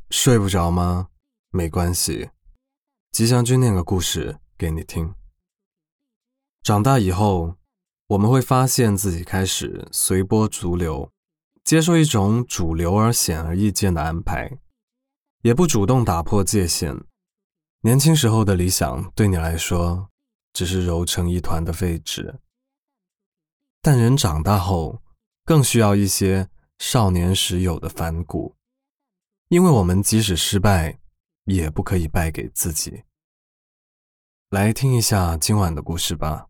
睡不着吗？没关系，吉祥君念个故事给你听。长大以后，我们会发现自己开始随波逐流，接受一种主流而显而易见的安排，也不主动打破界限。年轻时候的理想对你来说，只是揉成一团的废纸。但人长大后，更需要一些少年时有的反骨，因为我们即使失败，也不可以败给自己。来听一下今晚的故事吧。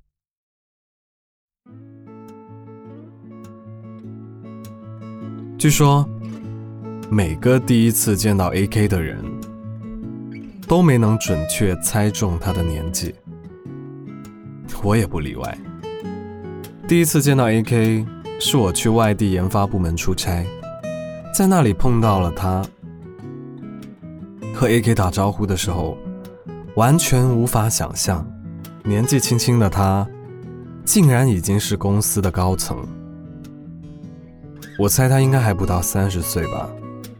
据说，每个第一次见到 AK 的人，都没能准确猜中他的年纪。我也不例外。第一次见到 AK， 是我去外地研发部门出差，在那里碰到了他。和 AK 打招呼的时候，完全无法想象，年纪轻轻的他，竟然已经是公司的高层。我猜他应该还不到30岁吧。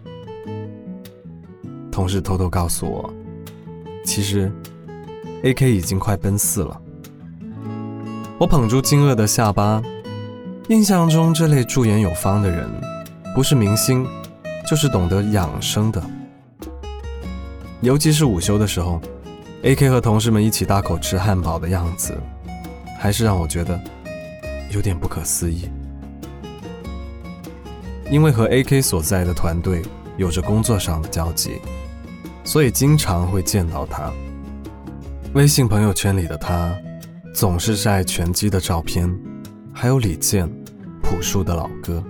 同事偷偷告诉我，其实 AK 已经快奔4了。我捧住惊愕的下巴，印象中这类驻颜有方的人，不是明星，就是懂得养生的。尤其是午休的时候， AK 和同事们一起大口吃汉堡的样子，还是让我觉得有点不可思议。因为和 AK 所在的团队有着工作上的交集，所以经常会见到他。微信朋友圈里的他总是晒拳击的照片，还有李健、朴树的老歌。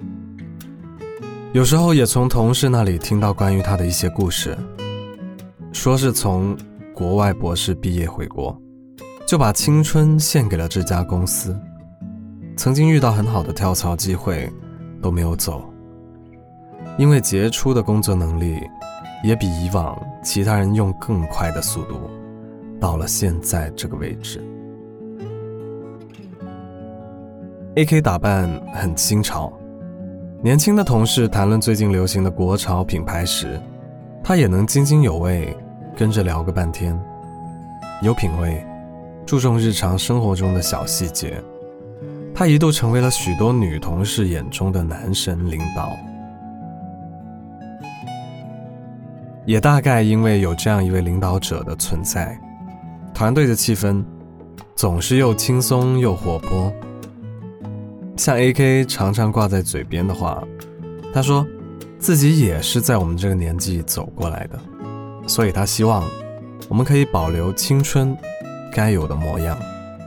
有时候也从同事那里听到关于他的一些故事，说是从国外博士毕业回国，就把青春献给了这家公司。曾经遇到很好的跳槽机会都没有走，因为杰出的工作能力也比以往其他人用更快的速度到了现在这个位置。AK 打扮很新潮，年轻的同事谈论最近流行的国潮品牌时，他也能津津有味跟着聊个半天。有品味，注重日常生活中的小细节，他一度成为了许多女同事眼中的男神领导。也大概因为有这样一位领导者的存在，团队的气氛总是又轻松又活泼。像 AK 常常挂在嘴边的话，他说自己也是在我们这个年纪走过来的，所以他希望我们可以保留青春该有的模样。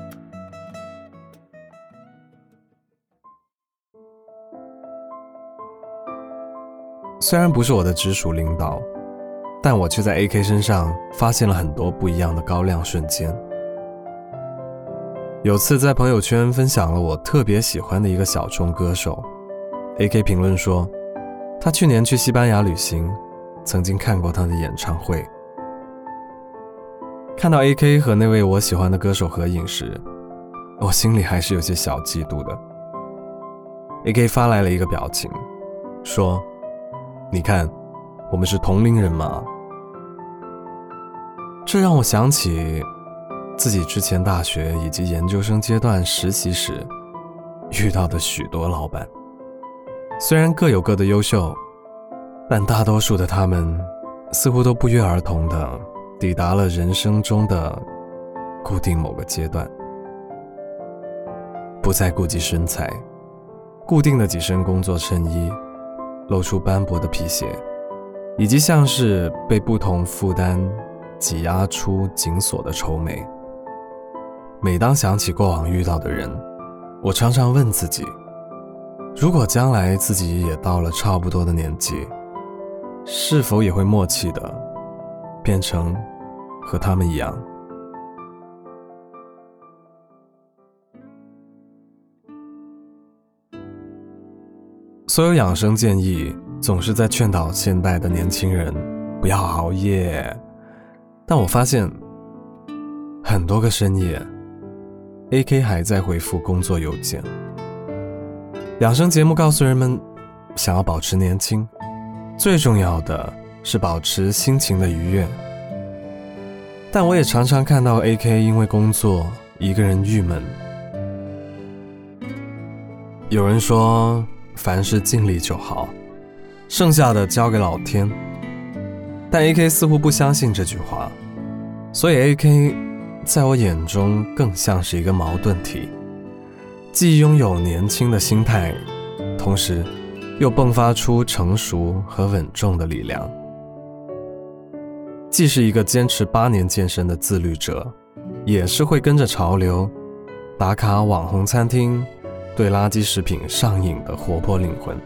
虽然不是我的直属领导，但我却在 AK 身上发现了很多不一样的高亮瞬间。有次在朋友圈分享了我特别喜欢的一个小众歌手， AK 评论说他去年去西班牙旅行，曾经看过他的演唱会。看到 AK 和那位我喜欢的歌手合影时，我心里还是有些小嫉妒的。 AK 发来了一个表情，说你看我们是同龄人嘛。这让我想起自己之前大学以及研究生阶段实习时遇到的许多老板，虽然各有各的优秀，但大多数的他们似乎都不约而同地抵达了人生中的固定某个阶段，不再顾及身材，固定的几身工作衬衣，露出斑驳的皮鞋，以及像是被不同负担挤压出紧锁的愁眉。每当想起过往遇到的人，我常常问自己，如果将来自己也到了差不多的年纪，是否也会默契的变成和他们一样。所有养生建议总是在劝导现代的年轻人不要熬夜，但我发现很多个深夜AK 还在回复工作邮件。养生节目告诉人们，想要保持年轻，最重要的是保持心情的愉悦，但我也常常看到 AK 因为工作一个人郁闷。有人说凡事尽力就好，剩下的交给老天，但 AK 似乎不相信这句话，所以 AK 在我眼中更像是一个矛盾体，既拥有年轻的心态，同时又迸发出成熟和稳重的力量。既是一个坚持8年健身的自律者，也是会跟着潮流打卡网红餐厅，对垃圾食品上瘾的活泼灵魂。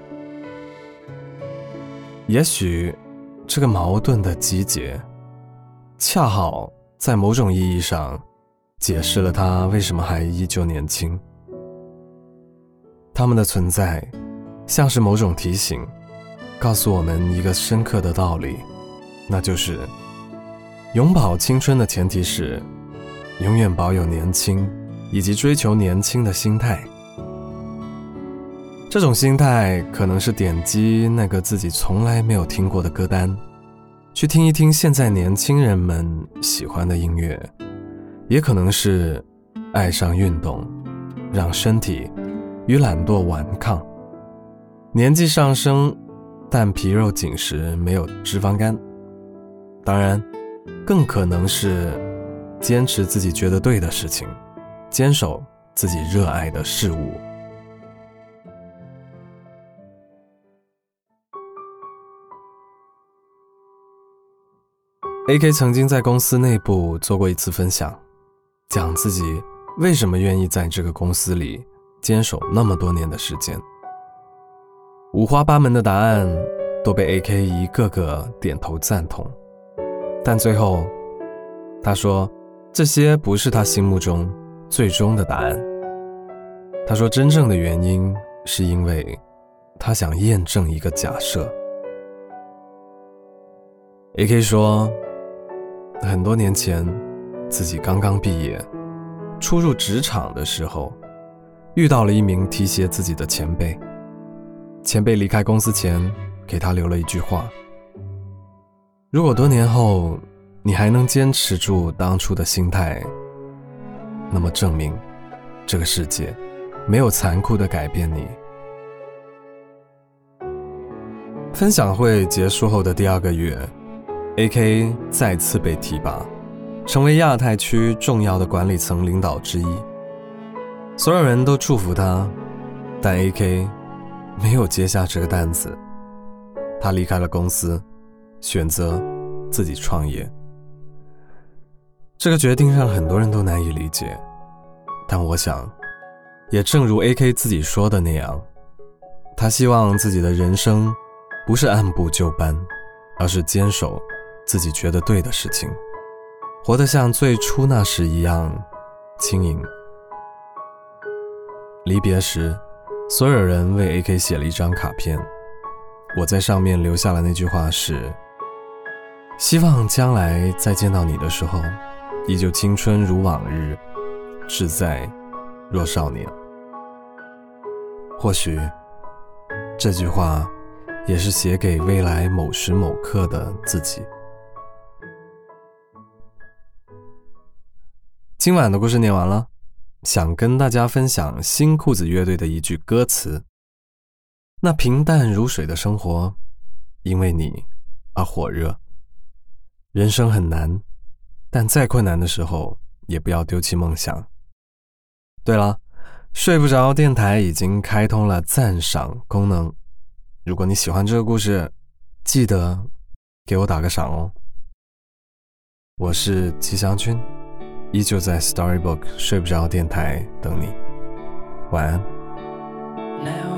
也许这个矛盾的集结，恰好在某种意义上解释了他为什么还依旧年轻。他们的存在像是某种提醒，告诉我们一个深刻的道理，那就是永葆青春的前提是永远保有年轻以及追求年轻的心态。这种心态可能是点击那个自己从来没有听过的歌单，去听一听现在年轻人们喜欢的音乐，也可能是爱上运动，让身体与懒惰顽抗。年纪上升，但皮肉紧实，没有脂肪肝。当然更可能是坚持自己觉得对的事情，坚守自己热爱的事物。AK 曾经在公司内部做过一次分享，讲自己为什么愿意在这个公司里坚守那么多年的时间。五花八门的答案都被 AK 一个个点头赞同，但最后他说这些不是他心目中最终的答案。他说真正的原因是因为他想验证一个假设。 AK 说很多年前自己刚刚毕业初入职场的时候，遇到了一名提携自己的前辈。前辈离开公司前给他留了一句话：如果多年后你还能坚持住当初的心态，那么证明这个世界没有残酷地改变你。分享会结束后的第2个月， AK 再次被提拔，成为亚太区重要的管理层领导之一。所有人都祝福他，但 AK 没有接下这个担子。他离开了公司，选择自己创业。这个决定让很多人都难以理解，但我想也正如 AK 自己说的那样，他希望自己的人生不是按部就班，而是坚守自己觉得对的事情，活得像最初那时一样轻盈。离别时，所有人为 AK 写了一张卡片，我在上面留下了那句话是：希望将来再见到你的时候，依旧青春如往日，志在若少年。或许这句话也是写给未来某时某刻的自己。今晚的故事念完了，想跟大家分享新裤子乐队的一句歌词：那平淡如水的生活，因为你而火热。人生很难，但再困难的时候也不要丢弃梦想。对了，睡不着电台已经开通了赞赏功能，如果你喜欢这个故事，记得给我打个赏哦。我是吉祥君，依旧在 Storybook 睡不着电台等你，晚安。